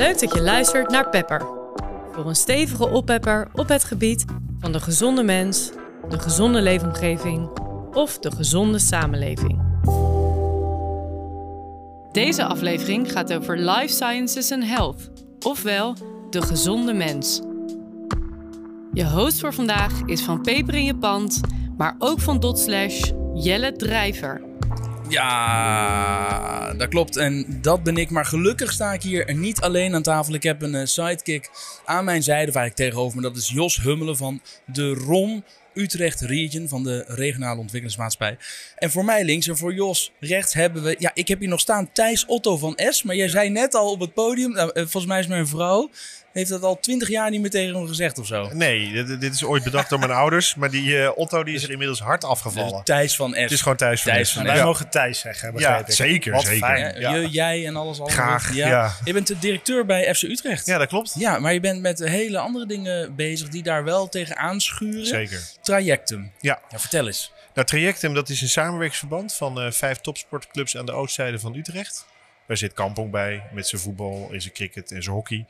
Leuk dat je luistert naar Pepper. Voor een stevige oppepper op het gebied van de gezonde mens, de gezonde leefomgeving of de gezonde samenleving. Deze aflevering gaat over Life Sciences and Health, ofwel de gezonde mens. Je host voor vandaag is van Peper in je pand, maar ook van Dotslash, Jelle Drijver. Ja, dat klopt. En dat ben ik. Maar gelukkig sta ik hier niet alleen aan tafel. Ik heb een sidekick aan mijn zijde, of eigenlijk tegenover me. Dat is Jos Hummelen van de ROM Utrecht Region van de Regionale Ontwikkelingsmaatschappij. En voor mij links en voor Jos rechts hebben we... Ja, ik heb hier nog staan Thijs Otto van S. Maar jij zei net al op het podium, volgens mij is mijn vrouw... Heeft dat al 20 jaar niet meer tegen hem gezegd of zo? Nee, dit is ooit bedacht door mijn ouders. Maar die Otto die is er inmiddels hard afgevallen. Dus Thijs van S. Het is gewoon Thijs van S. Wij mogen Thijs zeggen, begrijp ik. Zeker, Wat zeker. fijn. Ja. Jij en alles. Graag, Ja. ja. Je bent de directeur bij FC Utrecht. Ja, dat klopt. Ja, maar je bent met hele andere dingen bezig die daar wel tegen aanschuren. Zeker. Trajectum. Ja. Vertel eens. Nou, Trajectum, dat is een samenwerkingsverband van 5 topsportclubs aan de oostzijde van Utrecht. Daar zit Kampong bij, met zijn voetbal en zijn cricket en zijn hockey.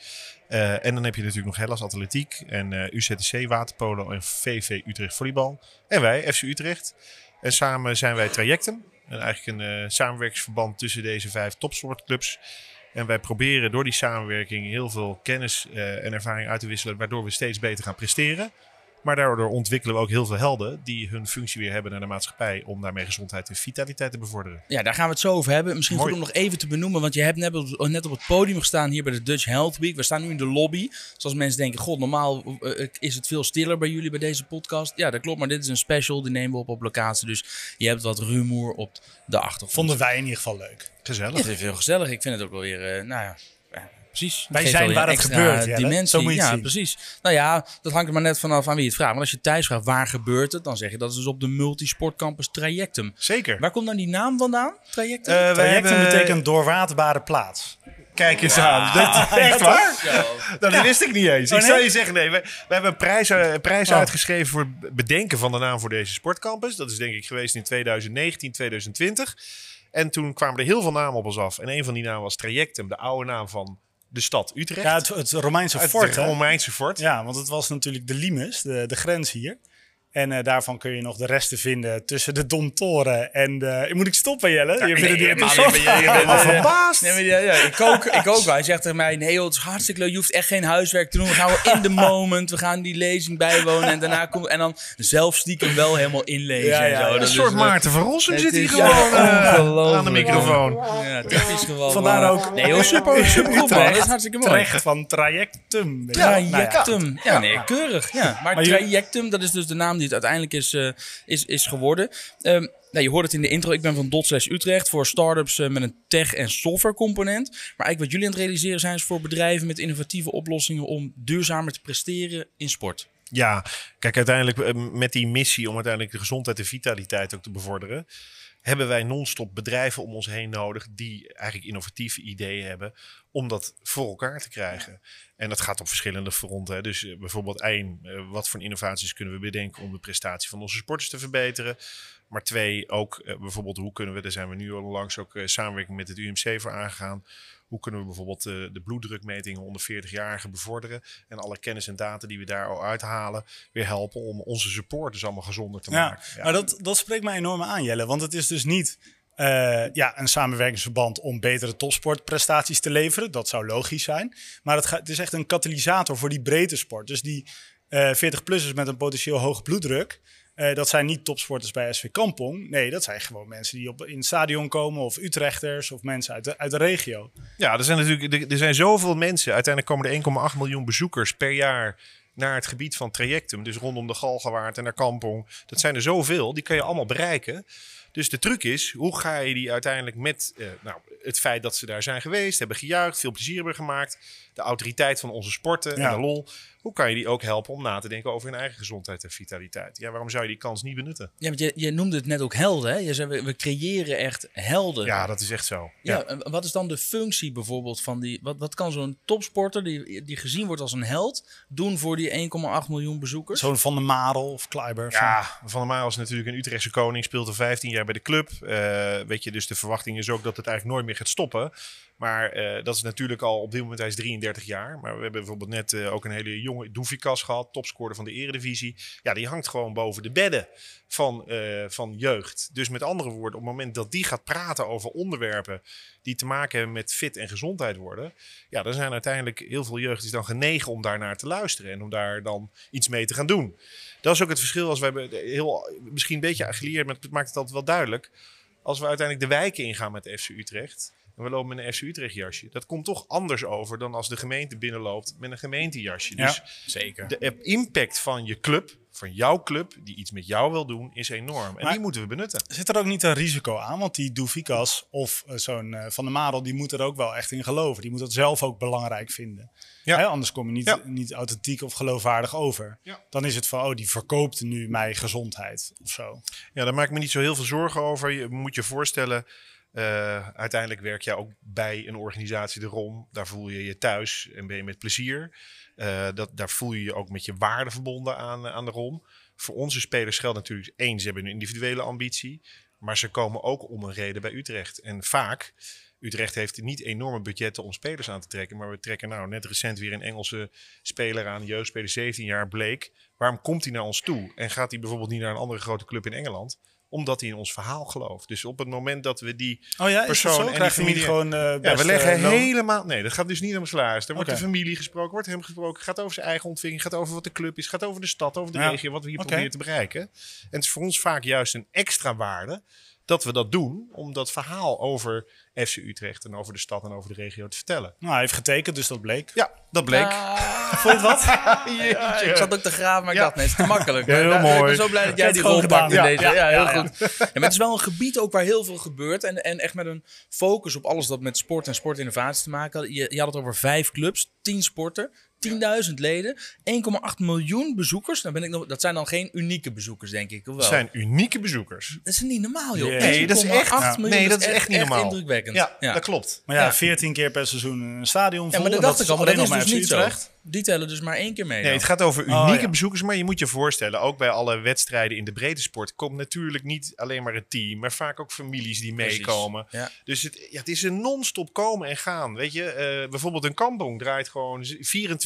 En dan heb je natuurlijk nog Hellas Atletiek en UZTC Waterpolo en VV Utrecht Volleybal. En wij, FC Utrecht. En samen zijn wij Trajectum. En eigenlijk een samenwerkingsverband tussen deze 5 topsportclubs. En wij proberen door die samenwerking heel veel kennis en ervaring uit te wisselen, waardoor we steeds beter gaan presteren. Maar daardoor ontwikkelen we ook heel veel helden die hun functie weer hebben naar de maatschappij om daarmee gezondheid en vitaliteit te bevorderen. Ja, daar gaan we het zo over hebben. Misschien Mooi. goed om nog even te benoemen, want je hebt net op het podium gestaan hier bij de Dutch Health Week. We staan nu in de lobby. Zoals mensen denken, god, normaal is het veel stiller bij jullie bij deze podcast. Ja, dat klopt, maar dit is een special, die nemen we op locatie. Dus je hebt wat rumoer op de achtergrond. Vonden wij in ieder geval leuk. Gezellig. Het is heel gezellig. Ik vind het ook wel weer, precies. Wij Geeft zijn wel waar een het extra gebeurt, Jelle. dimensie. Zo moet je het Ja, zien. precies. Nou ja, dat hangt er maar net vanaf aan wie je het vraagt. Want als je Thijs vraagt, waar gebeurt het? Dan zeg je dat is dus op de multisportcampus Trajectum. Zeker. Waar komt dan die naam vandaan? Trajectum? Trajectum betekent doorwaterbare plaats. Kijk eens aan. Echt waar? Ja. Dat wist ik niet eens. Oh, Ik zou nee? je zeggen, nee. We hebben een prijs uitgeschreven voor het bedenken van de naam voor deze sportcampus. Dat is denk ik geweest in 2019, 2020. En toen kwamen er heel veel namen op ons af. En een van die namen was Trajectum, de oude naam van de stad Utrecht. Ja, het Romeinse Uit fort, het hè? Romeinse fort. Ja, want het was natuurlijk de limes, de grens hier. En daarvan kun je nog de resten vinden tussen de Domtoren en de... Moet ik stoppen, Jelle? Je vindt het niet interessant. Je bent al verbaasd. Nee, maar ja, ik ook wel. Hij zegt tegen mij, nee joh, het is hartstikke leuk. Je hoeft echt geen huiswerk te doen. We gaan wel in the moment. We gaan die lezing bijwonen. En daarna komt... En dan zelf stiekem wel helemaal inlezen Ja, en zo. ja, Dat Een is, soort Maarten van Rossum het zit hier is- gewoon ongelooflijk. aan de microfoon. Ja, typisch gewoon. Vandaar ook... Nee joh, super goed man. Dat is hartstikke mooi. Terecht van Trajectum. weet je wel. Trajectum. Ja, nee, keurig. Ja. Maar Maar Trajectum, dat is dus de naam die het uiteindelijk is geworden. Je hoort het in de intro. Ik ben van Dotslash Utrecht voor startups met een tech- en software component. Maar eigenlijk wat jullie aan het realiseren zijn is voor bedrijven met innovatieve oplossingen om duurzamer te presteren in sport. Ja, kijk, uiteindelijk met die missie om uiteindelijk de gezondheid en vitaliteit ook te bevorderen, hebben wij non-stop bedrijven om ons heen nodig die eigenlijk innovatieve ideeën hebben om dat voor elkaar te krijgen. En dat gaat op verschillende fronten. Hè. Dus bijvoorbeeld wat voor innovaties kunnen we bedenken om de prestatie van onze sporters te verbeteren. Maar 2, ook bijvoorbeeld hoe kunnen we, daar zijn we nu al langs ook samenwerking met het UMC voor aangegaan. Hoe kunnen we bijvoorbeeld de bloeddrukmetingen onder 40-jarigen bevorderen en alle kennis en data die we daar al uithalen weer helpen om onze supporters allemaal gezonder te maken. Ja. Maar dat spreekt mij enorm aan, Jelle. Want het is dus niet een samenwerkingsverband om betere topsportprestaties te leveren. Dat zou logisch zijn. Maar het is echt een katalysator voor die breedte sport. Dus die 40-plussers met een potentieel hoge bloeddruk, dat zijn niet topsporters bij SV Kampong. Nee, dat zijn gewoon mensen die in het stadion komen of Utrechters of mensen uit de regio. Ja, er zijn zoveel mensen. Uiteindelijk komen er 1,8 miljoen bezoekers per jaar naar het gebied van Trajectum. Dus rondom de Galgenwaard en naar Kampong. Dat zijn er zoveel. Die kan je allemaal bereiken. Dus de truc is, hoe ga je die uiteindelijk met het feit dat ze daar zijn geweest, hebben gejuicht, veel plezier hebben gemaakt, de autoriteit van onze sporten en de lol, hoe kan je die ook helpen om na te denken over hun eigen gezondheid en vitaliteit? Ja, waarom zou je die kans niet benutten? Ja, want je noemde het net ook helden. Hè? Je zei, we creëren echt helden. Ja, dat is echt zo. Ja, en wat is dan de functie bijvoorbeeld van die... Wat kan zo'n topsporter die gezien wordt als een held doen voor die 1,8 miljoen bezoekers? Zo'n Van der Marel of Kleiber. Ja, Van der Marel is natuurlijk een Utrechtse koning, speelt al 15 jaar bij de club. Dus de verwachting is ook dat het eigenlijk nooit meer gaat stoppen. Maar dat is natuurlijk al op dit moment, hij is 33 jaar. Maar we hebben bijvoorbeeld net ook een hele jonge Doufikas gehad, topscorer van de Eredivisie. Ja, die hangt gewoon boven de bedden van jeugd. Dus met andere woorden, op het moment dat die gaat praten over onderwerpen die te maken hebben met fit en gezondheid worden, ja, dan zijn uiteindelijk heel veel jeugd is dan genegen om daarnaar te luisteren en om daar dan iets mee te gaan doen. Dat is ook het verschil als we hebben misschien een beetje geleerd, maar het maakt het altijd wel duidelijk. Als we uiteindelijk de wijken ingaan met de FC Utrecht en we lopen met een FC Utrecht jasje, dat komt toch anders over dan als de gemeente binnenloopt met een gemeentejasje. Ja, dus zeker. De impact van je club, van jouw club, die iets met jou wil doen, is enorm. En Maar die moeten we benutten. Zit er ook niet een risico aan? Want die Doufikas of zo'n Van der Marel, die moet er ook wel echt in geloven. Die moet dat zelf ook belangrijk vinden. Ja. Hè? Anders kom je niet authentiek of geloofwaardig over. Ja. Dan is het van, die verkoopt nu mijn gezondheid of zo. Ja, daar maak ik me niet zo heel veel zorgen over. Je moet je voorstellen, uiteindelijk werk jij ook bij een organisatie, de ROM. Daar voel je je thuis en ben je met plezier. Daar voel je je ook met je waarde verbonden aan de ROM. Voor onze spelers geldt natuurlijk één, ze hebben een individuele ambitie. Maar ze komen ook om een reden bij Utrecht. En vaak, Utrecht heeft niet enorme budgetten om spelers aan te trekken. Maar we trekken nou net recent weer een Engelse speler aan, jeugdspeler 17 jaar, Blake. Waarom komt hij naar ons toe? En gaat hij bijvoorbeeld niet naar een andere grote club in Engeland? Omdat hij in ons verhaal gelooft. Dus op het moment dat we die persoon en die familie gewoon we leggen helemaal. Nee, dat gaat dus niet om salaris. Er wordt de familie gesproken, wordt hem gesproken, gaat over zijn eigen ontwikkeling, gaat over wat de club is, gaat over de stad, over de regio, wat we hier proberen te bereiken. En het is voor ons vaak juist een extra waarde dat we dat doen om dat verhaal over FC Utrecht en over de stad en over de regio te vertellen. Nou, hij heeft getekend, dus dat bleek. Ja, dat bleek. Vond je het wat? Ja, ik zat ook te graven, maar ik dacht, nee, het is te makkelijk. Ja, heel Maar mooi. Ik ben zo blij dat jij hebt die het rol gewoon pakt in gedaan. deze. Ja, Ja, heel ja. goed. Ja, maar het is wel een gebied ook waar heel veel gebeurt. En echt met een focus op alles dat met sport en sportinnovatie te maken had. Je had het over 5 clubs, 10 sporten, 10.000 leden, 1,8 miljoen bezoekers. Dat zijn dan geen unieke bezoekers, denk ik. Of wel? Dat zijn unieke bezoekers. Dat is niet normaal, joh. Nee, dat is echt, 1,8 miljoen, nee, dat is echt niet echt normaal. indrukwekkend. Ja, Ja. dat klopt. Maar ja, 14 keer per seizoen een stadion vol. Ja, maar dat en dacht ik al, maar alleen dat is nog maar dus FC niet zo. Utrecht. Die tellen dus maar 1 keer mee. Nee, dan. het gaat over unieke ja. bezoekers, maar je moet je voorstellen, ook bij alle wedstrijden in de breedte sport komt natuurlijk niet alleen maar het team, maar vaak ook families die Precies. meekomen. Ja. Dus het is een non-stop komen en gaan. Weet je, bijvoorbeeld een kampong draait gewoon 24/7,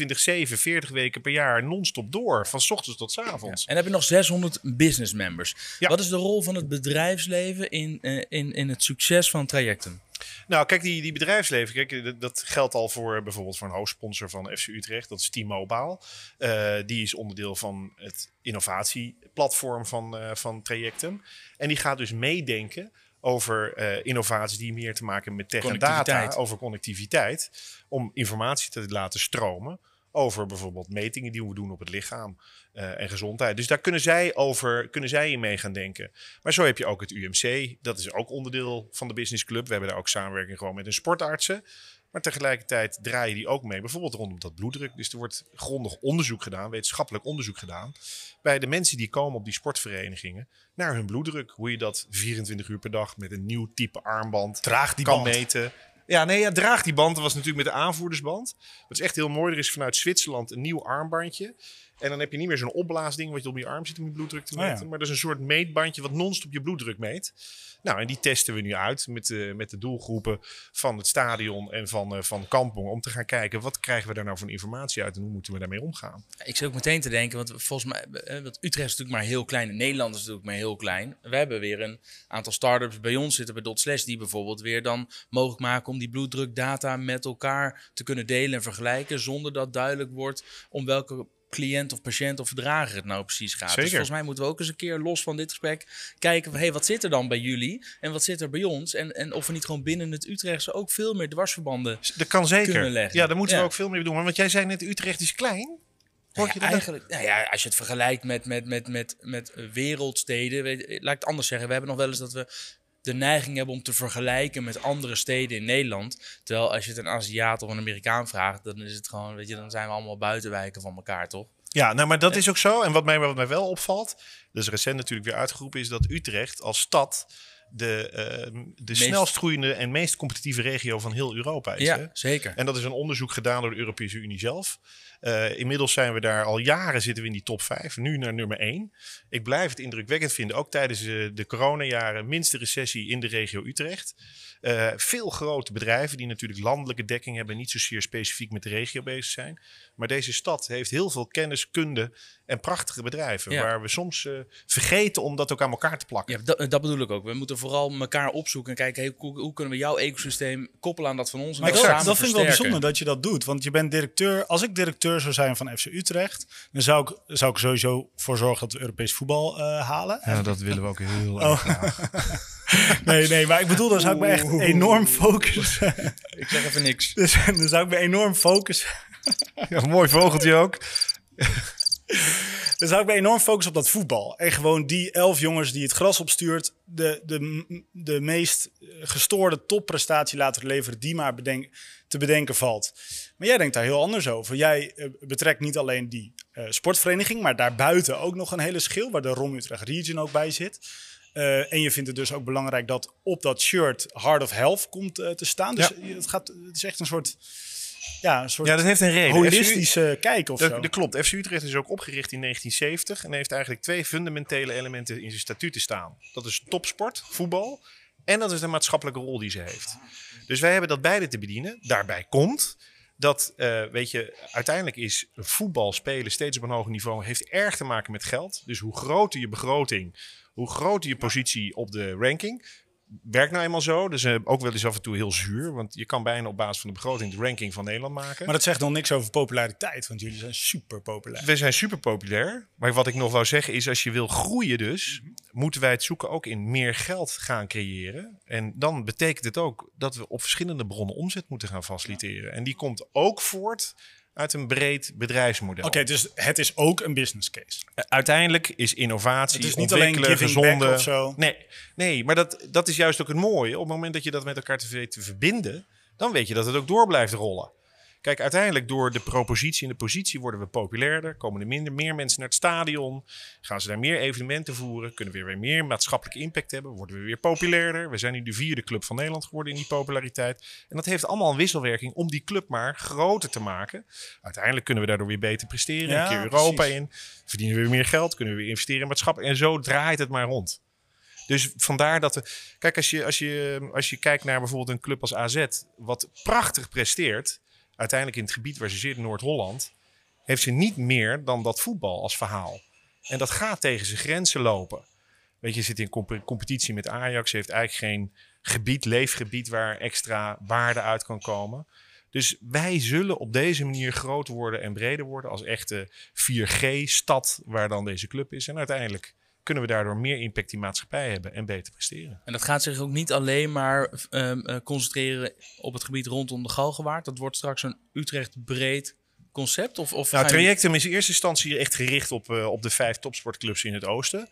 40 weken per jaar non-stop door, van 's ochtends tot 's avonds. En dan heb je nog 600 business members. Ja. Wat is de rol van het bedrijfsleven in het succes van trajecten? Nou, kijk, die bedrijfsleven, kijk, dat geldt al voor bijvoorbeeld voor een hoofdsponsor van FC Utrecht, dat is T-Mobile. Die is onderdeel van het innovatieplatform van Trajectum. En die gaat dus meedenken over innovaties die meer te maken hebben met tech en data, Connectiviteit. over connectiviteit, om informatie te laten stromen over bijvoorbeeld metingen die we doen op het lichaam en gezondheid. Dus daar kunnen zij in mee gaan denken. Maar zo heb je ook het UMC. Dat is ook onderdeel van de Business Club. We hebben daar ook samenwerking gewoon met een sportartsen. Maar tegelijkertijd draaien die ook mee. Bijvoorbeeld rondom dat bloeddruk. Dus er wordt grondig onderzoek gedaan, wetenschappelijk onderzoek gedaan, bij de mensen die komen op die sportverenigingen naar hun bloeddruk. Hoe je dat 24 uur per dag met een nieuw type armband Draag die kan band. meten. Draag die band. Dat was natuurlijk met de aanvoerdersband. Dat is echt heel mooi. Er is vanuit Zwitserland een nieuw armbandje. En dan heb je niet meer zo'n opblaasding wat je op je arm zit om je bloeddruk te meten. ja. Maar dat is een soort meetbandje wat non-stop je bloeddruk meet. Nou, en die testen we nu uit met de doelgroepen van het stadion en van Kampong. Om te gaan kijken, wat krijgen we daar nou voor informatie uit en hoe moeten we daarmee omgaan? Ik zit ook meteen te denken, want volgens mij, want Utrecht is natuurlijk maar heel klein. En Nederland is natuurlijk maar heel klein. We hebben weer een aantal start-ups bij ons zitten bij .slash die bijvoorbeeld weer dan mogelijk maken om die bloeddrukdata met elkaar te kunnen delen en vergelijken. Zonder dat duidelijk wordt om welke cliënt of patiënt of verdrager het nou precies gaat. Zeker. Dus volgens mij moeten we ook eens een keer los van dit gesprek kijken van, wat zit er dan bij jullie en wat zit er bij ons? En of we niet gewoon binnen het Utrechtse ook veel meer dwarsverbanden Dat kan zeker. kunnen leggen. Ja, daar moeten we Ja. ook veel meer doen. Want jij zei net, Utrecht is klein. Hoor je dat? Eigenlijk, als je het vergelijkt met wereldsteden, laat ik het anders zeggen. We hebben nog wel eens dat we de neiging hebben om te vergelijken met andere steden in Nederland. Terwijl als je het een Aziat of een Amerikaan vraagt, dan is het gewoon, dan zijn we allemaal buitenwijken van elkaar, toch? Ja, nou, maar dat is ook zo. En wat mij wel opvalt, dus recent natuurlijk weer uitgeroepen, is dat Utrecht als stad de snelst groeiende en meest competitieve regio van heel Europa is. Ja, Hè? zeker. En dat is een onderzoek gedaan door de Europese Unie zelf. Inmiddels zijn we daar al jaren zitten we in die top 5. Nu naar nummer 1. Ik blijf het indrukwekkend vinden. Ook tijdens de coronajaren. Minste recessie in de regio Utrecht. Veel grote bedrijven die natuurlijk landelijke dekking hebben. Niet zozeer specifiek met de regio bezig zijn. Maar deze stad heeft heel veel kennis, kunde en prachtige bedrijven. Ja. Waar we soms vergeten om dat ook aan elkaar te plakken. Ja, dat bedoel ik ook. We moeten vooral elkaar opzoeken en kijken, hey, hoe kunnen we jouw ecosysteem koppelen aan dat van ons. En Maar dat dat samen vind ik wel versterken. bijzonder dat je dat doet. Want je bent directeur. Als ik directeur zou zijn van FC Utrecht, dan zou ik er sowieso voor zorgen dat we Europees voetbal halen. Ja, dat willen we ook heel erg graag. Nee, maar ik bedoel, dan zou ik me echt enorm focussen. Ik zeg even niks. Dus dan zou ik me enorm focussen. Ja, mooi vogeltje ook. Dan zou ik me enorm focussen op dat voetbal. En gewoon die 11 jongens die het gras opstuurt, de meest gestoorde topprestatie laten leveren die maar te bedenken valt. Maar jij denkt daar heel anders over. Jij betrekt niet alleen die sportvereniging, maar daarbuiten ook nog een hele schil waar de ROM Utrecht Region ook bij zit. En je vindt het dus ook belangrijk dat op dat shirt Heart of Health komt te staan. Dus het is echt een soort... Ja, dat heeft een reden. Holistische kijk of zo. Dat klopt. FC Utrecht is ook opgericht in 1970 en heeft eigenlijk 2 fundamentele elementen in zijn statuten staan. Dat is topsport, voetbal, en dat is de maatschappelijke rol die ze heeft. Dus wij hebben dat beide te bedienen. Daarbij komt dat, uiteindelijk is voetbal spelen steeds op een hoger niveau, heeft erg te maken met geld. Dus hoe groter je begroting, hoe groter je positie op de ranking. Werkt nou eenmaal zo. Dus ook wel eens af en toe heel zuur. Want je kan bijna op basis van de begroting de ranking van Nederland maken. Maar dat zegt nog niks over populariteit. Want jullie zijn super populair. We zijn super populair. Maar wat ik nog wou zeggen is, als je wil groeien dus, moeten wij het zoeken ook in meer geld gaan creëren. En dan betekent het ook dat we op verschillende bronnen omzet moeten gaan faciliteren. En die komt ook voort uit een breed bedrijfsmodel. Oké, dus het is ook een business case. Uiteindelijk is innovatie, het is niet alleen giving back of zo. Nee, maar dat is juist ook het mooie. Op het moment dat je dat met elkaar te verbinden, dan weet je dat het ook door blijft rollen. Kijk, uiteindelijk door de propositie en de positie worden we populairder. Komen er meer mensen naar het stadion. Gaan ze daar meer evenementen voeren. Kunnen we weer meer maatschappelijke impact hebben. Worden we weer populairder. We zijn nu de 4e club van Nederland geworden in die populariteit. En dat heeft allemaal een wisselwerking om die club maar groter te maken. Uiteindelijk kunnen we daardoor weer beter presteren. Ja, een keer Europa precies. in. Verdienen we weer meer geld. Kunnen we weer investeren in maatschappij. En zo draait het maar rond. Dus vandaar dat we... Kijk, als je kijkt naar bijvoorbeeld een club als AZ, wat prachtig presteert, uiteindelijk in het gebied waar ze zit, Noord-Holland, heeft ze niet meer dan dat voetbal als verhaal. En dat gaat tegen zijn grenzen lopen. Weet je, zit in competitie met Ajax, heeft eigenlijk geen leefgebied waar extra waarde uit kan komen. Dus wij zullen op deze manier groter worden en breder worden als echte 4G-stad waar dan deze club is. En uiteindelijk kunnen we daardoor meer impact in maatschappij hebben en beter presteren. En dat gaat zich ook niet alleen maar concentreren op het gebied rondom de Galgenwaard. Dat wordt straks een Utrecht breed concept? Of het trajectum is in eerste instantie echt gericht op de 5 topsportclubs in het oosten.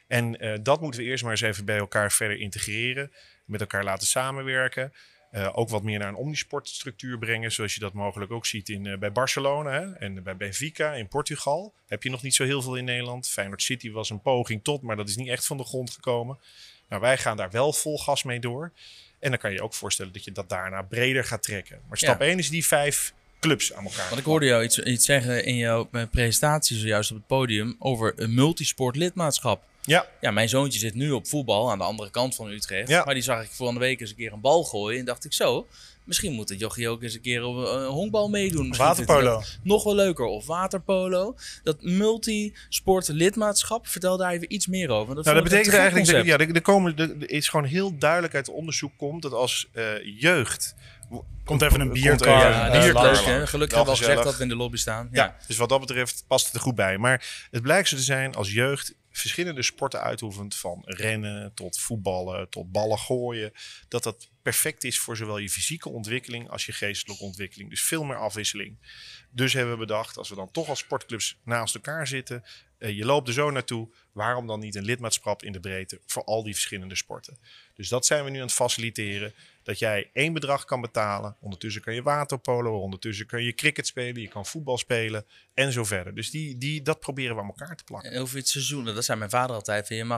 En dat moeten we eerst maar eens even bij elkaar verder integreren. Met elkaar laten samenwerken. Ook wat meer naar een omnisportstructuur brengen. Zoals je dat mogelijk ook ziet bij Barcelona, hè? En bij Benfica in Portugal. Heb je nog niet zo heel veel in Nederland. Feyenoord City was een poging tot, maar dat is niet echt van de grond gekomen. Nou, wij gaan daar wel vol gas mee door. En dan kan je ook voorstellen dat je dat daarna breder gaat trekken. Maar stap 1 is die 5 clubs aan elkaar. Want ik hoorde jou iets zeggen in jouw presentatie zojuist op het podium over een multisport lidmaatschap. Ja, mijn zoontje zit nu op voetbal aan de andere kant van Utrecht. Ja. Maar die zag ik volgende week eens een keer een bal gooien. En dacht ik zo, misschien moet het jochie ook eens een keer op een honkbal meedoen. Misschien waterpolo. Nog wel leuker. Of waterpolo. Dat multisport lidmaatschap, vertel daar even iets meer over. Dat betekent eigenlijk, er is gewoon heel duidelijk uit onderzoek komt dat als jeugd... Komt even een bierkar. Ja, dat is leuk, hè? Gelukkig hebben we al gezegd dat we in de lobby staan. Ja, dus wat dat betreft past het er goed bij. Maar het blijkt zo te zijn als jeugd verschillende sporten uitoefent, van rennen tot voetballen tot ballen gooien, dat perfect is voor zowel je fysieke ontwikkeling als je geestelijke ontwikkeling. Dus veel meer afwisseling. Dus hebben we bedacht, als we dan toch als sportclubs naast elkaar zitten, je loopt er zo naartoe, waarom dan niet een lidmaatschap in de breedte voor al die verschillende sporten? Dus dat zijn we nu aan het faciliteren. Dat jij 1 bedrag kan betalen. Ondertussen kan je waterpolo, ondertussen kan je cricket spelen, je kan voetbal spelen en zo verder. Dus dat proberen we aan elkaar te plakken. En over het seizoen, dat zei mijn vader altijd. Je mag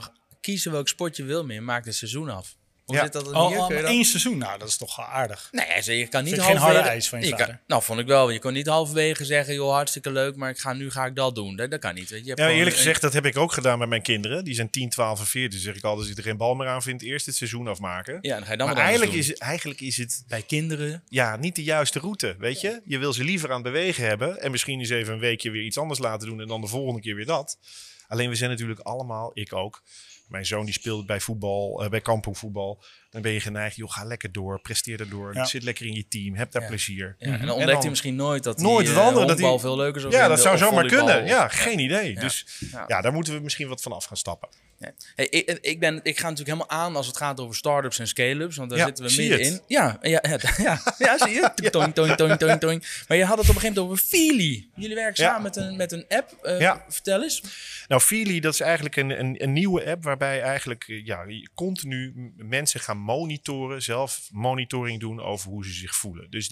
kiezen welk sport je wil meer. Maak het seizoen af. Hoe Ja. zit dat dan hier? Kun je dat... 1 seizoen, nou, dat is toch wel aardig. Nee, je kan niet Vind ik geen halverwege... harde eis van je vader? Nou, vond ik wel. Je kon niet halverwege zeggen, joh, hartstikke leuk, maar nu ga ik dat doen. Dat kan niet. Weet je. Je hebt Ja, gewoon eerlijk gezegd, dat heb ik ook gedaan met mijn kinderen. Die zijn 10, 12 en 14. Dus zeg ik altijd, als ik er geen bal meer aan vind, eerst het seizoen afmaken. Ja, dan ga je dan Maar wat anders doen. eigenlijk is het Bij kinderen... niet de juiste route, weet je. Je wil ze liever aan het bewegen hebben. En misschien eens even een weekje weer iets anders laten doen. En dan de volgende keer weer dat. Alleen we zijn natuurlijk allemaal, ik ook. Mijn zoon die speelt bij voetbal, bij kampioenvoetbal. Dan ben je geneigd, joh, ga lekker door, presteer erdoor. Ja. Zit lekker in je team, heb daar Ja. plezier. Ja, en dan ontdekt hij misschien nooit dat Nooit die, het andere, dat honkbal hij- veel leuker zou Ja, vinden. dat zou of zomaar volleybal. kunnen. Ja, geen idee. Ja. Dus Ja. ja, daar moeten we misschien wat van af gaan stappen. Nee. Hey, ik ga natuurlijk helemaal aan als het gaat over start-ups en scale-ups. Want daar Ja, zitten we zie middenin. het. Ja, zie je? Toing, toing, toing, toing, toing. Maar je had het op een gegeven moment over Feely. Jullie werken Ja. samen met een app. Ja. Vertel eens. Nou, Feely, dat is eigenlijk een nieuwe app waarbij eigenlijk je continu mensen gaan monitoren, zelf monitoring doen over hoe ze zich voelen. Dus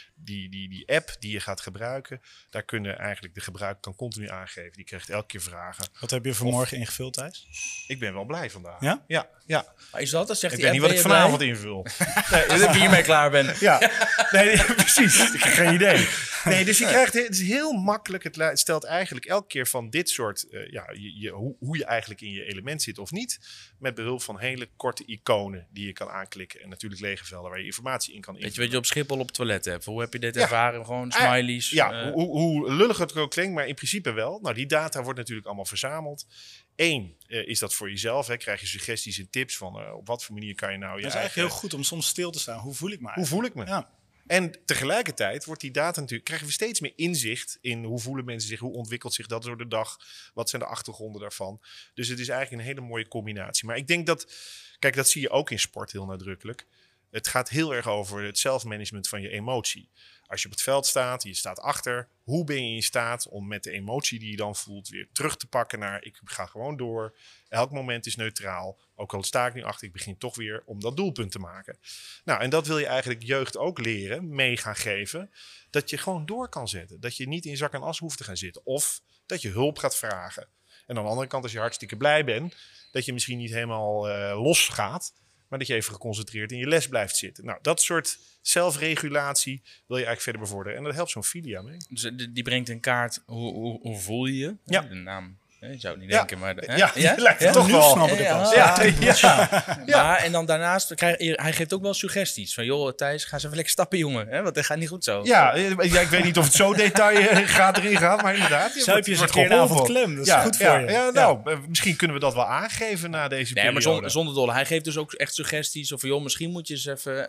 die app die je gaat gebruiken, daar kunnen eigenlijk de gebruiker kan continu aangeven. Die krijgt elke keer vragen. Wat heb je vanmorgen ingevuld, Thijs? Ik ben wel blij vandaag. Ja? Ja. Maar is dat? Dan zegt Ik die weet app, niet wat ik ben je vanavond blij? invul. Dus dat ik hiermee klaar ben. Ja, nee, precies. Ik heb geen idee. Nee, dus je krijgt, het is heel makkelijk. Het stelt eigenlijk elke keer van dit soort, hoe je eigenlijk in je element zit of niet. Met behulp van hele korte iconen die je kan aanklikken. En natuurlijk lege velden waar je informatie in kan Weet je invullen. wat je op Schiphol op het toilet hebt? Hoe heb je dit Ja. ervaren? Gewoon smileys? Ja, hoe lullig het ook klinkt, maar in principe wel. Nou, die data wordt natuurlijk allemaal verzameld. Eén, is dat voor jezelf. Hè? Krijg je suggesties en tips van op wat voor manier kan je nou je Het is eigenlijk heel goed om soms stil te staan. Hoe voel ik me Hoe voel ik me? Ja. En tegelijkertijd wordt die data natuurlijk, krijgen we steeds meer inzicht in hoe voelen mensen zich, hoe ontwikkelt zich dat door de dag, wat zijn de achtergronden daarvan. Dus het is eigenlijk een hele mooie combinatie. Maar ik denk dat, kijk, dat zie je ook in sport heel nadrukkelijk. Het gaat heel erg over het zelfmanagement van je emotie. Als je op het veld staat, je staat achter, hoe ben je in staat om met de emotie die je dan voelt weer terug te pakken naar ik ga gewoon door. Elk moment is neutraal. Ook al sta ik nu achter, ik begin toch weer om dat doelpunt te maken. Nou, en dat wil je eigenlijk jeugd ook leren, mee gaan geven. Dat je gewoon door kan zetten. Dat je niet in zak en as hoeft te gaan zitten. Of dat je hulp gaat vragen. En aan de andere kant, als je hartstikke blij bent, dat je misschien niet helemaal los gaat. Maar dat je even geconcentreerd in je les blijft zitten. Nou, dat soort zelfregulatie wil je eigenlijk verder bevorderen. En dat helpt zo'n Filia mee. Dus die brengt een kaart, hoe voel je je? Ja. De naam, je zou het niet Ja. denken, maar... Ja, lijkt het toch Nu wel. snap ik het pas. Ja. Maar, en dan daarnaast, hij geeft ook wel suggesties. Van, joh, Thijs, ga eens even lekker stappen, jongen. Hè? Want dat gaat niet goed zo. Ja, ik weet niet of het zo detail erin gaat, maar inderdaad. Zuip je eens een keer een avond klem, dat is goed voor je. Ja, nou, misschien kunnen we dat wel aangeven na deze Nee, periode. maar zonder dolle. Hij geeft dus ook echt suggesties. Of joh, misschien moet je eens even...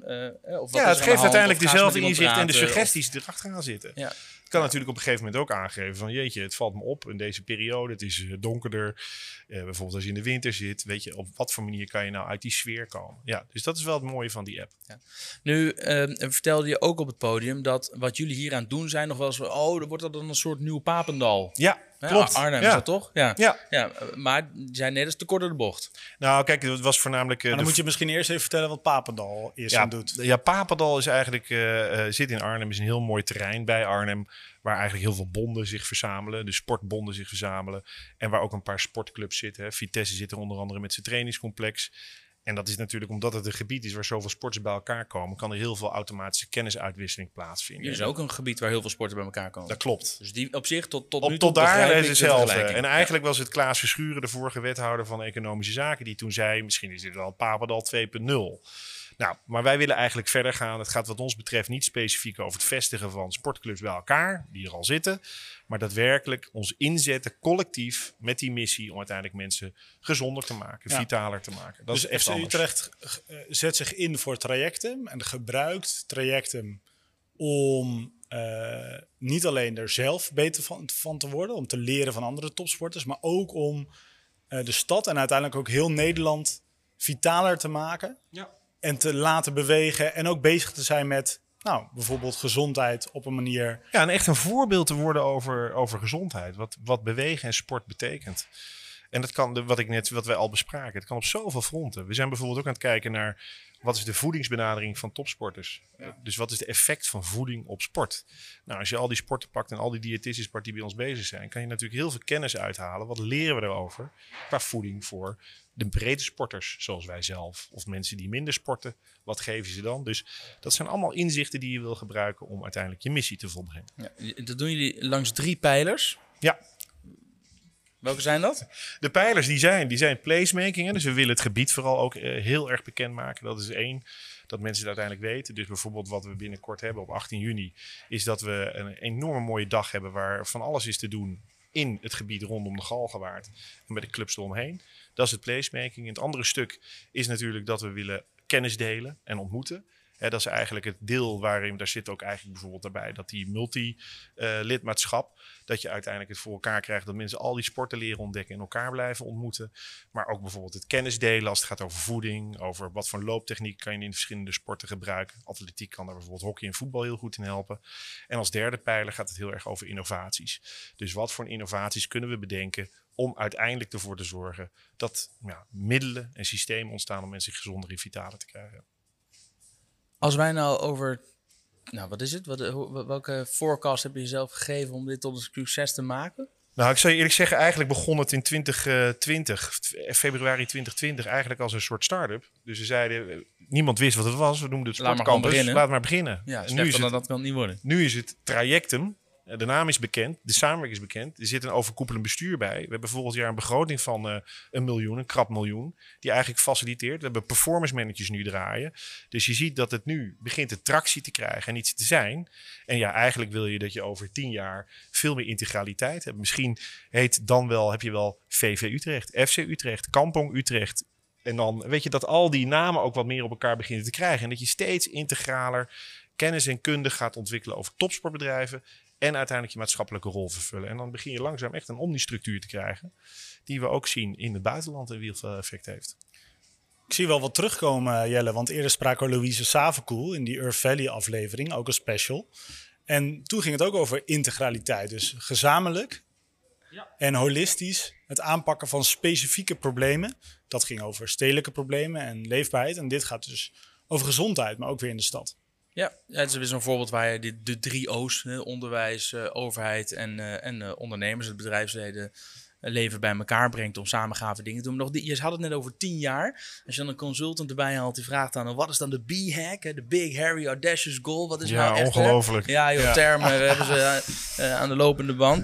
of wat Ja, is het er aan geeft de hand, uiteindelijk of ga eens met dezelfde iemand inzicht en de praten, suggesties die erachter gaan zitten. Ja. Het kan natuurlijk op een gegeven moment ook aangeven van jeetje, het valt me op in deze periode. Het is donkerder. Bijvoorbeeld als je in de winter zit. Weet je, op wat voor manier kan je nou uit die sfeer komen? Ja, dus dat is wel het mooie van die app. Nu vertelde je ook op het podium dat wat jullie hier aan het doen zijn nog wel eens... er wordt dat dan een soort nieuw Papendal. Ja, Hè, klopt. Arnhem ja. is dat toch? Ja. Ja. Maar die zijn net als te kort door de bocht. Nou, kijk, het was voornamelijk... Maar dan moet je misschien eerst even vertellen wat Papendal is en doet. Ja, Papendal is eigenlijk, zit in Arnhem, is een heel mooi terrein bij Arnhem, waar eigenlijk heel veel bonden zich verzamelen, de sportbonden zich verzamelen, en waar ook een paar sportclubs zitten. Hè. Vitesse zit er onder andere met zijn trainingscomplex. En dat is natuurlijk, omdat het een gebied is waar zoveel sporters bij elkaar komen, kan er heel veel automatische kennisuitwisseling plaatsvinden. Hier is ook een gebied waar heel veel sporten bij elkaar komen. Dat klopt. Dus die op zich tot nu toe Tot daar begrijp is ik de hetzelfde. vergelijking. En eigenlijk was het Klaas Verschuren, de vorige wethouder van Economische Zaken, die toen zei, misschien is dit wel Papendal 2.0. Nou, maar wij willen eigenlijk verder gaan. Het gaat wat ons betreft niet specifiek over het vestigen van sportclubs bij elkaar, die er al zitten. Maar daadwerkelijk ons inzetten collectief met die missie om uiteindelijk mensen gezonder te maken, vitaler te maken. Dat Dus is echt FC anders. Utrecht zet zich in voor trajecten en gebruikt trajecten om niet alleen er zelf beter van te worden, om te leren van andere topsporters, maar ook om de stad en uiteindelijk ook heel Nederland vitaler te maken. Ja. En te laten bewegen en ook bezig te zijn met bijvoorbeeld gezondheid op een manier. Ja, en echt een voorbeeld te worden over gezondheid. Wat bewegen en sport betekent. En dat kan, wat wij al bespraken, het kan op zoveel fronten. We zijn bijvoorbeeld ook aan het kijken naar wat is de voedingsbenadering van topsporters? Dus wat is de effect van voeding op sport? Nou, als je al die sporten pakt en al die diëtistensport die bij ons bezig zijn, kan je natuurlijk heel veel kennis uithalen. Wat leren we erover qua voeding voor de brede sporters, zoals wij zelf? Of mensen die minder sporten, wat geven ze dan? Dus dat zijn allemaal inzichten die je wil gebruiken om uiteindelijk je missie te volbrengen. Ja, dat doen jullie langs 3 pijlers. Ja. Welke zijn dat? De pijlers die zijn placemaking. Hè? Dus we willen het gebied vooral ook heel erg bekendmaken. Dat is 1, dat mensen het uiteindelijk weten. Dus bijvoorbeeld wat we binnenkort hebben op 18 juni... is dat we een enorm mooie dag hebben waar van alles is te doen in het gebied rondom de Galgenwaard en bij de clubs eromheen. Dat is het placemaking. Het andere stuk is natuurlijk dat we willen kennis delen en ontmoeten. Dat is eigenlijk het deel waarin, daar zit ook eigenlijk bijvoorbeeld daarbij, dat die multi-lidmaatschap, dat je uiteindelijk het voor elkaar krijgt dat mensen al die sporten leren ontdekken en elkaar blijven ontmoeten. Maar ook bijvoorbeeld het kennis delen als het gaat over voeding, over wat voor looptechniek kan je in verschillende sporten gebruiken. Atletiek kan daar bijvoorbeeld hockey en voetbal heel goed in helpen. En als derde pijler gaat het heel erg over innovaties. Dus wat voor innovaties kunnen we bedenken om uiteindelijk ervoor te zorgen dat middelen en systemen ontstaan om mensen gezonder en vitaler te krijgen. Als wij nou over, wat is het? Welke forecast heb je jezelf gegeven om dit tot een succes te maken? Nou, ik zou je eerlijk zeggen, eigenlijk begon het in 2020, februari 2020, eigenlijk als een soort start-up. Dus we zeiden, niemand wist wat het was. We noemden het Sportcampus. Laat maar beginnen. Ja, dat kan het niet worden. Nu is het Trajectum. De naam is bekend, de samenwerking is bekend. Er zit een overkoepelend bestuur bij. We hebben volgend jaar een begroting van een krap miljoen, die eigenlijk faciliteert. We hebben performance managers nu draaien. Dus je ziet dat het nu begint de tractie te krijgen en iets te zijn. En ja, eigenlijk wil je dat je over 10 jaar veel meer integraliteit hebt. Misschien heb je wel VV Utrecht, FC Utrecht, Kampong Utrecht. En dan weet je dat al die namen ook wat meer op elkaar beginnen te krijgen. En dat je steeds integraler kennis en kunde gaat ontwikkelen over topsportbedrijven. En uiteindelijk je maatschappelijke rol vervullen. En dan begin je langzaam echt een omnistructuur te krijgen. Die we ook zien in het buitenland en wie veel effect heeft. Ik zie wel wat terugkomen, Jelle. Want eerder spraken we Louise Savenkoel in die Earth Valley aflevering. Ook een special. En toen ging het ook over integraliteit. Dus gezamenlijk en holistisch het aanpakken van specifieke problemen. Dat ging over stedelijke problemen en leefbaarheid. En dit gaat dus over gezondheid, maar ook weer in de stad. Ja, het is weer zo'n voorbeeld waar je de 3 O's, onderwijs, overheid en ondernemers, het bedrijfsleven leven bij elkaar brengt om samen gave dingen te doen. Je had het net over 10 jaar. Als je dan een consultant erbij haalt, die vraagt dan, wat is dan de B-hack, de Big Hairy Audacious Goal? Wat is nou echt? Ongelooflijk. Termen hebben ze aan de lopende band.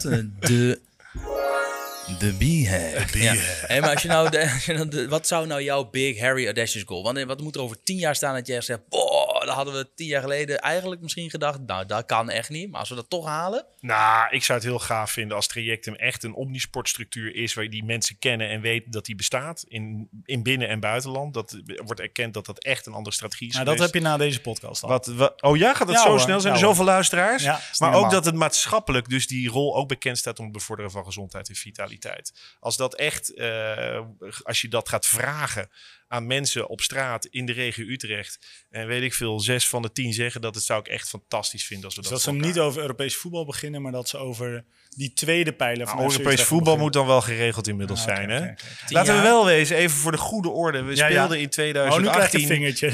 De B-hack. Ja. Maar als je nou, wat zou nou jouw Big Hairy Audacious Goal? Wat moet er over 10 jaar staan dat jij zegt, dat hadden we 10 jaar geleden eigenlijk misschien gedacht. Nou, dat kan echt niet. Maar als we dat toch halen. Nou, ik zou het heel gaaf vinden als Trajectum echt een omnisportstructuur is waar je die mensen kennen en weten dat die bestaat in binnen- en buitenland. Dat wordt erkend dat dat echt een andere strategie is. Nou, dat heb je na deze podcast al. Gaat het zo snel? Zijn er zoveel luisteraars? Ja, maar ook dat het maatschappelijk dus die rol ook bekend staat om het bevorderen van gezondheid en vitaliteit. Als dat echt, als je dat gaat vragen aan mensen op straat in de regio Utrecht. En weet ik veel, 6 van de 10 zeggen dat. Het zou ik echt fantastisch vinden als we dus dat ze niet over Europees voetbal beginnen, maar dat ze over die tweede pijler van Europees voetbal beginnen. Moet dan wel geregeld inmiddels zijn. Hè? Okay. Laten we wel wezen, even voor de goede orde. We speelden in 2018. Nu krijg je een vingertje.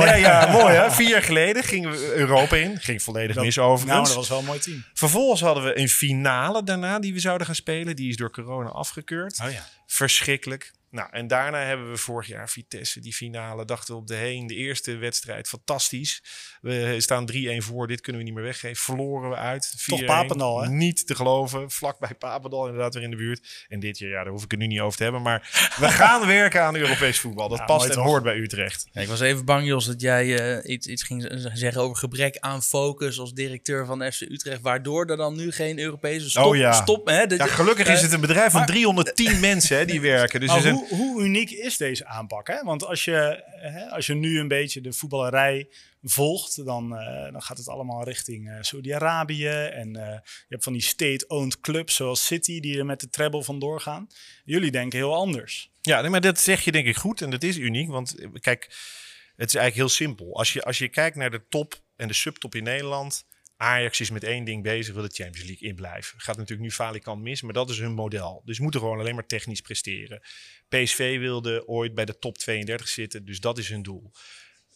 Mooi hè. 4 jaar geleden gingen we Europa in. Ging volledig mis overigens. Nou, dat was wel een mooi team. Vervolgens hadden we een finale daarna die we zouden gaan spelen. Die is door corona afgekeurd. Oh ja. Verschrikkelijk. Nou, en daarna hebben we vorig jaar Vitesse, die finale, dachten we op de heen. De eerste wedstrijd, fantastisch. We staan 3-1 voor, dit kunnen we niet meer weggeven. Verloren we uit. 4-1. Toch Papendal, hè? Niet te geloven. Vlakbij Papendal inderdaad weer in de buurt. En dit jaar, daar hoef ik het nu niet over te hebben. Maar we gaan werken aan Europees voetbal. Dat past en hoort bij Utrecht. Ja, ik was even bang, Jos, dat jij iets ging zeggen over gebrek aan focus als directeur van FC Utrecht. Waardoor er dan nu geen Europese stop. Hè? Gelukkig is het een bedrijf van 310 mensen hè, die werken. Dus hoe uniek is deze aanpak? Hè? Want als je nu een beetje de voetballerij volgt, dan gaat het allemaal richting Saudi-Arabië. En je hebt van die state-owned clubs zoals City die er met de treble vandoor gaan. Jullie denken heel anders. Ja, maar dat zeg je denk ik goed en dat is uniek. Want kijk, het is eigenlijk heel simpel. Als je kijkt naar de top en de subtop in Nederland, Ajax is met 1 ding bezig, wil de Champions League inblijven. Gaat natuurlijk nu falikant mis, maar dat is hun model. Dus moeten gewoon alleen maar technisch presteren. PSV wilde ooit bij de top 32 zitten, dus dat is hun doel.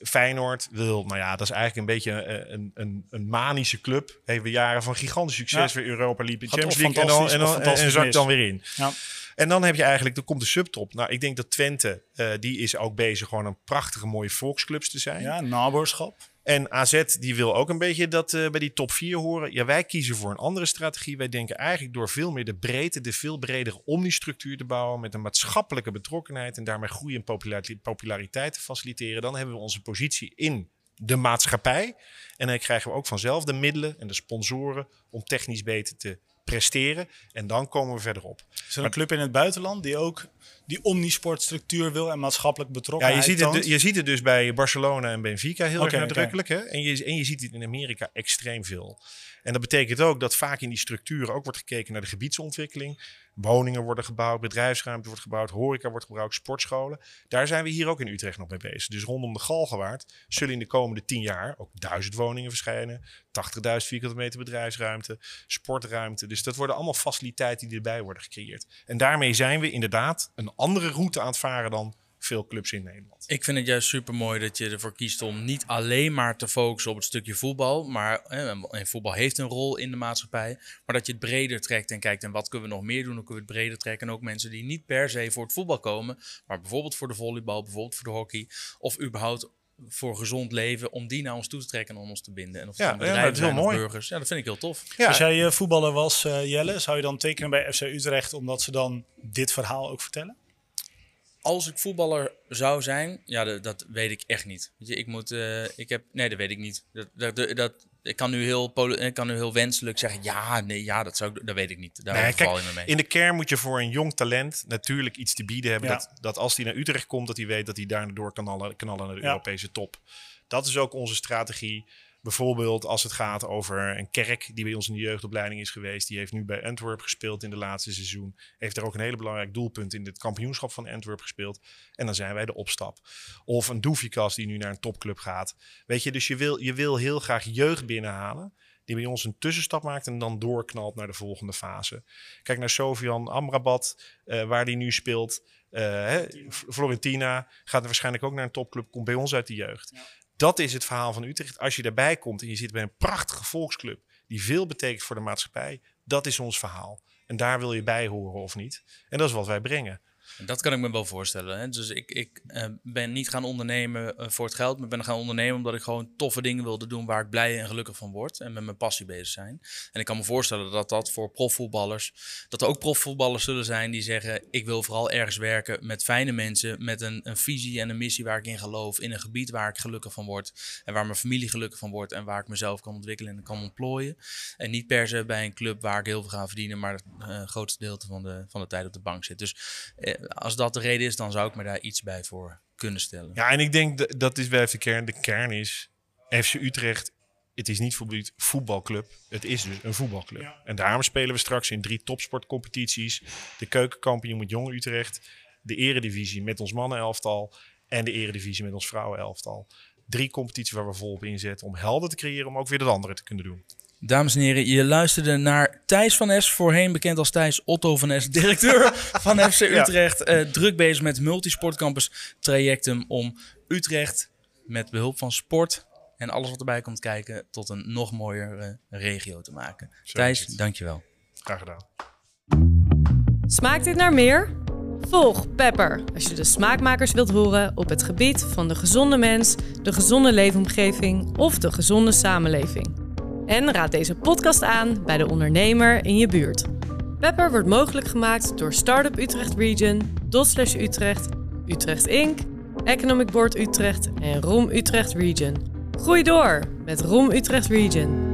Feyenoord wil, nou ja, dat is eigenlijk een beetje een manische club. Heeft jaren van gigantisch succes, weer Europa League, Champions League en zakt dan weer in. Ja. En dan heb je eigenlijk, er komt de subtop. Nou, ik denk dat Twente, die is ook bezig gewoon een prachtige mooie volksclubs te zijn. Ja, naboerschap. En AZ die wil ook een beetje dat bij die top 4 horen. Ja, wij kiezen voor een andere strategie. Wij denken eigenlijk door veel meer de breedte, de veel bredere omnistructuur te bouwen met een maatschappelijke betrokkenheid en daarmee groei en populariteit te faciliteren. Dan hebben we onze positie in de maatschappij. En dan krijgen we ook vanzelf de middelen en de sponsoren om technisch beter te presteren. En dan komen we verder op. Is er een club in het buitenland die ook die omnisportstructuur wil en maatschappelijk betrokkenheid je ziet het dus bij Barcelona en Benfica heel erg nadrukkelijk. Hè? En je ziet het in Amerika extreem veel. En dat betekent ook dat vaak in die structuren ook wordt gekeken naar de gebiedsontwikkeling. Woningen worden gebouwd, bedrijfsruimte wordt gebouwd, horeca wordt gebouwd, sportscholen. Daar zijn we hier ook in Utrecht nog mee bezig. Dus rondom de Galgenwaard zullen in de komende 10 jaar ook 1000 woningen verschijnen. 80.000 vierkante meter bedrijfsruimte, sportruimte. Dus dat worden allemaal faciliteiten die erbij worden gecreëerd. En daarmee zijn we inderdaad een andere route aan het varen dan veel clubs in Nederland. Ik vind het juist super mooi dat je ervoor kiest om niet alleen maar te focussen op het stukje voetbal. Maar en voetbal heeft een rol in de maatschappij. Maar dat je het breder trekt en kijkt en wat kunnen we nog meer doen? Hoe kunnen we het breder trekken? En ook mensen die niet per se voor het voetbal komen. Maar bijvoorbeeld voor de volleybal, bijvoorbeeld voor de hockey. Of überhaupt voor gezond leven. Om die naar ons toe te trekken en om ons te binden. En of het bedrijven zijn of burgers. Ja, dat vind ik heel tof. Ja. Als jij voetballer was, Jelle, zou je dan tekenen bij FC Utrecht omdat ze dan dit verhaal ook vertellen? Als ik voetballer zou zijn, ja, dat weet ik echt niet. Weet je, dat weet ik niet. Ik kan nu heel wenselijk zeggen, dat weet ik niet. Daar val je me mee. In de kern moet je voor een jong talent natuurlijk iets te bieden hebben. Ja. Dat als hij naar Utrecht komt, dat hij weet dat hij daardoor kan knallen naar de Europese top. Dat is ook onze strategie. Bijvoorbeeld als het gaat over een Kerk die bij ons in de jeugdopleiding is geweest. Die heeft nu bij Antwerp gespeeld in de laatste seizoen. Heeft er ook een hele belangrijk doelpunt in het kampioenschap van Antwerp gespeeld. En dan zijn wij de opstap. Of een Doefikas die nu naar een topclub gaat. Weet je, dus je wil heel graag jeugd binnenhalen. Die bij ons een tussenstap maakt en dan doorknalt naar de volgende fase. Kijk naar Sofian Amrabat, waar die nu speelt. Florentina gaat waarschijnlijk ook naar een topclub. Komt bij ons uit de jeugd. Ja. Dat is het verhaal van Utrecht. Als je daarbij komt en je zit bij een prachtige volksclub die veel betekent voor de maatschappij, dat is ons verhaal. En daar wil je bij horen of niet. En dat is wat wij brengen. Dat kan ik me wel voorstellen. Hè? Dus ik ben niet gaan ondernemen voor het geld, maar ben gaan ondernemen omdat ik gewoon toffe dingen wilde doen waar ik blij en gelukkig van word en met mijn passie bezig zijn. En ik kan me voorstellen dat voor profvoetballers, dat er ook profvoetballers zullen zijn die zeggen, ik wil vooral ergens werken met fijne mensen, met een visie en een missie waar ik in geloof, in een gebied waar ik gelukkig van word en waar mijn familie gelukkig van wordt en waar ik mezelf kan ontwikkelen en kan ontplooien. En niet per se bij een club waar ik heel veel ga verdienen, maar het grootste deel van de tijd op de bank zit. Dus als dat de reden is, dan zou ik me daar iets bij voor kunnen stellen. Ja, en ik denk dat is bij de kern. De kern is FC Utrecht. Het is niet voor het voetbalclub. Het is dus een voetbalclub. Ja. En daarom spelen we straks in 3 topsportcompetities. De keukenkampioen met Jong Utrecht. De eredivisie met ons mannenelftal. En de eredivisie met ons vrouwenelftal. 3 competities waar we volop inzetten om helden te creëren. Om ook weer dat andere te kunnen doen. Dames en heren, je luisterde naar Thijs van Es, voorheen bekend als Thijs Otto van Es, directeur van FC Utrecht. Ja. Druk bezig met multisportcampus trajecten om Utrecht met behulp van sport en alles wat erbij komt kijken tot een nog mooiere regio te maken. Zo Thijs, dankjewel. Graag gedaan. Smaakt dit naar meer? Volg Pepper als je de smaakmakers wilt horen op het gebied van de gezonde mens, de gezonde leefomgeving of de gezonde samenleving. En raad deze podcast aan bij de ondernemer in je buurt. Pepper wordt mogelijk gemaakt door Startup Utrecht Region, /Utrecht, Utrecht Inc., Economic Board Utrecht en ROM Utrecht Region. Groei door met ROM Utrecht Region.